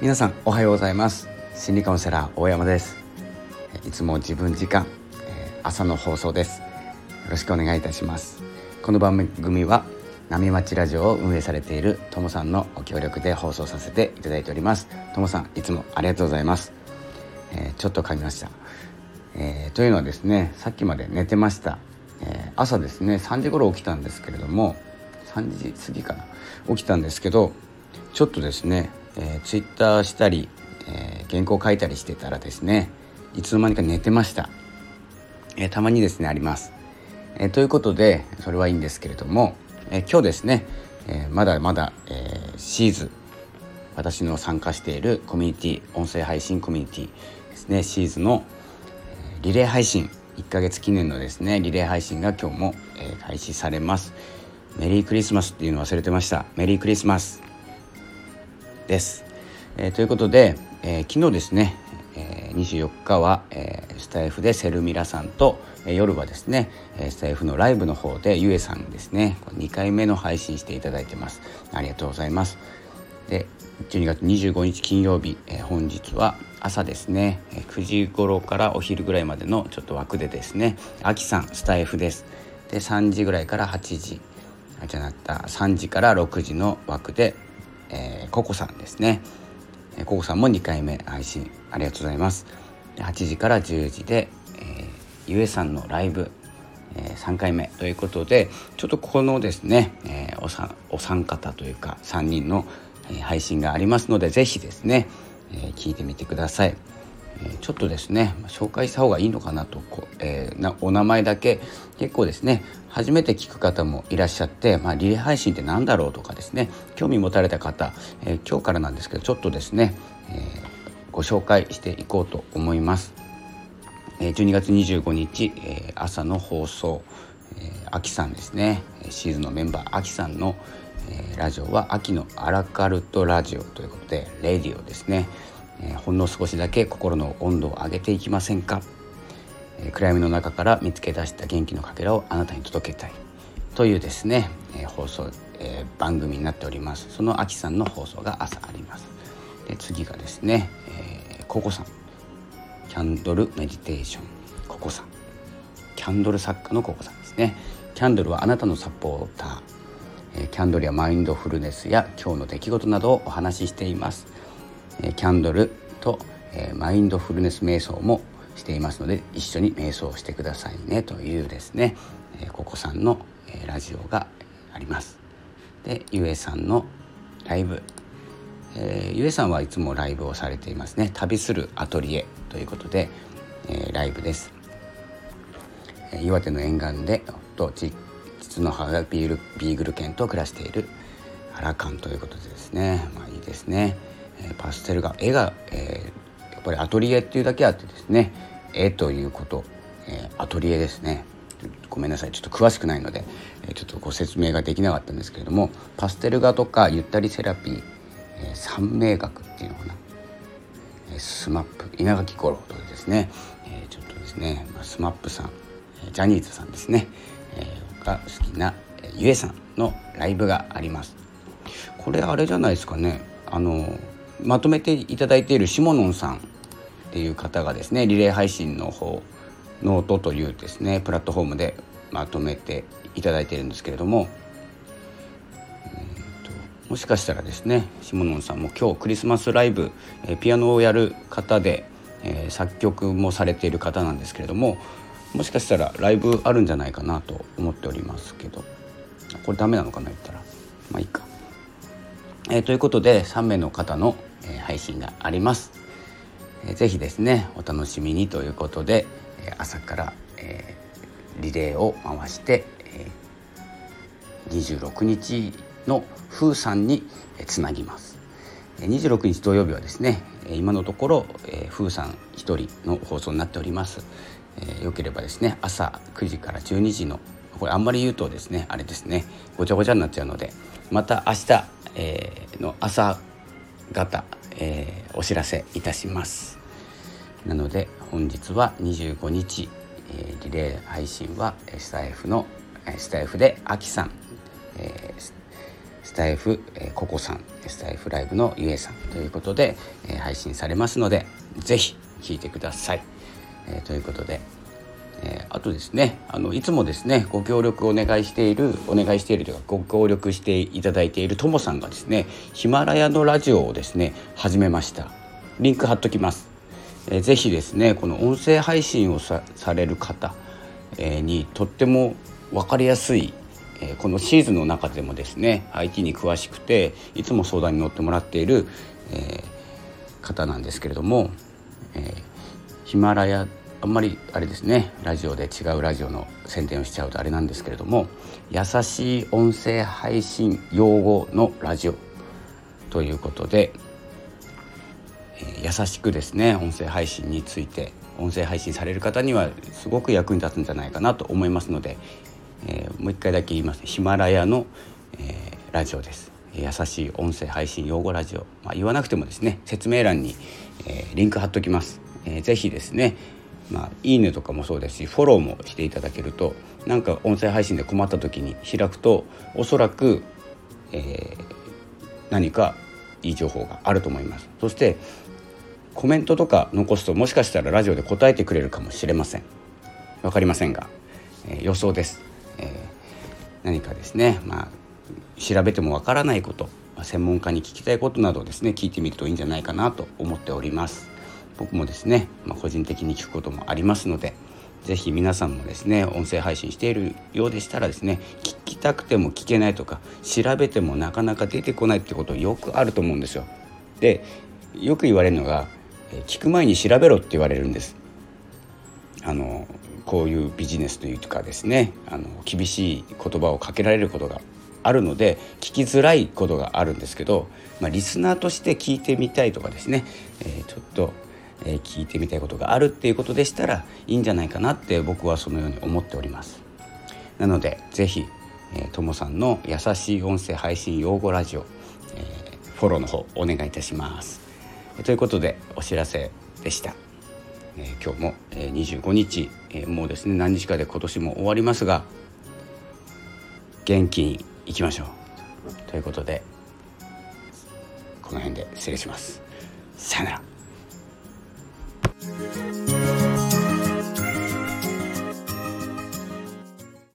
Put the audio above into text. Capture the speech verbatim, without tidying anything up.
皆さんおはようございます。心理カウンセラー大山です。いつも自分時間、えー、朝の放送です。よろしくお願いいたします。この番組は波町ラジオを運営されているともさんのご協力で放送させていただいております。ともさん、いつもありがとうございます。えー、ちょっと噛みました。えー、というのはですね、さっきまで寝てました。えー、朝ですねさんじ頃起きたんですけれども、さんじ過ぎかな起きたんですけど、ちょっとですね、えー、ツイッターしたり、えー、原稿書いたりしてたらですね、いつの間にか寝てました。えー、たまにですねあります。えー、ということでそれはいいんですけれども、えー、今日ですね、えー、まだまだ、えー、シーズ私の参加しているコミュニティ音声配信コミュニティですね、シーズの、えー、リレー配信いっかげつ記念のですねリレー配信が今日も、えー、開始されます。メリークリスマスっていうの忘れてました。メリークリスマスです、えー、ということで、えー、昨日ですね、えー、にじゅうよっかは、えー、スタイフでセルミラさんと、えー、夜はですねスタイフのライブの方でゆえさんですねにかいめの配信していただいてます。ありがとうございます。でじゅうにがつにじゅうごにち金曜日、えー、本日は朝ですねくじ頃からお昼ぐらいまでのちょっと枠でですね、あきさんスタイフです。でさんじぐらいからはちじあじゃなったさんじからろくじの枠でえー、ココさんですね、えー、ココさんもにかいめ配信ありがとうございます。ではちじからじゅうじで、えー、ゆえさんのライブ、えー、さんかいめということで、ちょっとこのですね、えー、お, さお三方というかさんにんの、えー、配信がありますので、ぜひですね、えー、聞いてみてください。えー、ちょっとですね紹介した方がいいのかなとこ、えー、なお名前だけ結構ですね初めて聞く方もいらっしゃって、まあ、リレー配信って何だろうとかですね興味持たれた方、えー、今日からなんですけどちょっとですね、えー、ご紹介していこうと思います。えー、じゅうにがつにじゅうごにち、えー、朝の放送、えー、あきさんですねシーズンのメンバーあきさんの、えー、ラジオは秋のアラカルトラジオということでレディオですね。えー、ほんの少しだけ心の温度を上げていきませんか。えー、暗闇の中から見つけ出した元気のかけらをあなたに届けたいというですね、えー、放送、えー、番組になっております。そのあきさんの放送が朝あります。で次がですね、えー、ココさんキャンドルメディテーションココさんキャンドル作家のココさんですね。キャンドルはあなたのサポーター、えー、キャンドルやマインドフルネスや今日の出来事などをお話ししています。キャンドルと、えー、マインドフルネス瞑想もしていますので一緒に瞑想してくださいねというですね、えー、ココさんの、えー、ラジオがあります。でゆえさんのライブ、えー、ゆえさんはいつもライブをされていますね。旅するアトリエということで、えー、ライブです。えー、岩手の沿岸でと実の母がビールビーグル犬と暮らしているアラカンということでですね、まあいいですね。パステルが絵が、えー、やっぱりアトリエっていうだけあってですね絵ということ、えー、アトリエですね。ごめんなさいちょっと詳しくないので、えー、ちょっとご説明ができなかったんですけれども、パステル画とかゆったりセラピー、えー、三名学っていうのかな、えー、スマップ稲垣吾郎というですね、えー、ちょっとですね、まあ、スマップさんジャニーズさんですね、えー、が好きな、えー、ゆえさんのライブがあります。これあれじゃないですかね、あのまとめていただいているシモノンさんっていう方がですねリレー配信の方ノートというですねプラットフォームでまとめていただいているんですけれども、えーと、もしかしたらですねシモノンさんも今日クリスマスライブ、えー、ピアノをやる方で、えー、作曲もされている方なんですけれども、もしかしたらライブあるんじゃないかなと思っておりますけど、これダメなのかな言ったらまあいいか。えー、ということでさんめいの方の、えー、配信があります。えー、ぜひですねお楽しみにということで、えー、朝から、えー、リレーを回して、えー、にじゅうろくにちのふうさんに、えー、つなぎます。えー、にじゅうろくにち土曜日はですね、えー、今のところ、えー、ふうさんひとりの放送になっております。えー、よければですね朝くじからじゅうにじのこれあんまり言うとですねあれですねごちゃごちゃになっちゃうので、また明日えー、の朝方、えー、お知らせいたします。なので本日はにじゅうごにち、えー、リレー配信はスタイフのスタイフであきさん、えスタイフ、えー、ココさん、スタイフライブのゆえさんということで、えー、配信されますので、ぜひ聞いてください。えー、ということで、えー、あとですね、あのいつもですねご協力お願いしているお願いしているというかご協力していただいているともさんがですね、ヒマラヤのラジオをですね始めました。リンク貼っときます。えー、ぜひですね、この音声配信を さ, される方、えー、にとっても分かりやすい、えー、このシーズンの中でもですね アイティー に詳しくていつも相談に乗ってもらっている、えー、方なんですけれども、えー、ヒマラヤあんまりあれですね、ラジオで違うラジオの宣伝をしちゃうとあれなんですけれども、優しい音声配信用語のラジオということで、えー、優しくですね音声配信について、音声配信される方にはすごく役に立つんじゃないかなと思いますので、えー、もう一回だけ言います。ヒマラヤの、えー、ラジオです。優しい音声配信用語ラジオ、まあ、言わなくてもですね説明欄に、えー、リンク貼っときます。えー、ぜひですね、まあ、いいねとかもそうですし、フォローもしていただけると、なんか音声配信で困った時に開くとおそらく、えー、何かいい情報があると思います。そしてコメントとか残すと、もしかしたらラジオで答えてくれるかもしれません。わかりませんが、えー、予想です。えー、何かですね、まあ、調べてもわからないこと、専門家に聞きたいことなどをですね聞いてみるといいんじゃないかなと思っております。僕もですね、まあ、個人的に聞くこともありますので、ぜひ皆さんもですね音声配信しているようでしたらですね、聞きたくても聞けないとか、調べてもなかなか出てこないってことよくあると思うんですよ。で、よく言われるのが、聞く前に調べろって言われるんです。あのこういうビジネスというかですね、あの厳しい言葉をかけられることがあるので聞きづらいことがあるんですけど、まあ、リスナーとして聞いてみたいとかですね、えー、ちょっとえー、聞いてみたいことがあるっていうことでしたらいいんじゃないかなって僕はそのように思っております。なのでぜひ、えー、ともさんの優しい音声配信用語ラジオ、えー、フォローの方お願いいたします。ということでお知らせでした。えー、今日も、えー、にじゅうごにち、えー、もうですね何日かで今年も終わりますが、元気にいきましょうということで、この辺で失礼します。さよなら。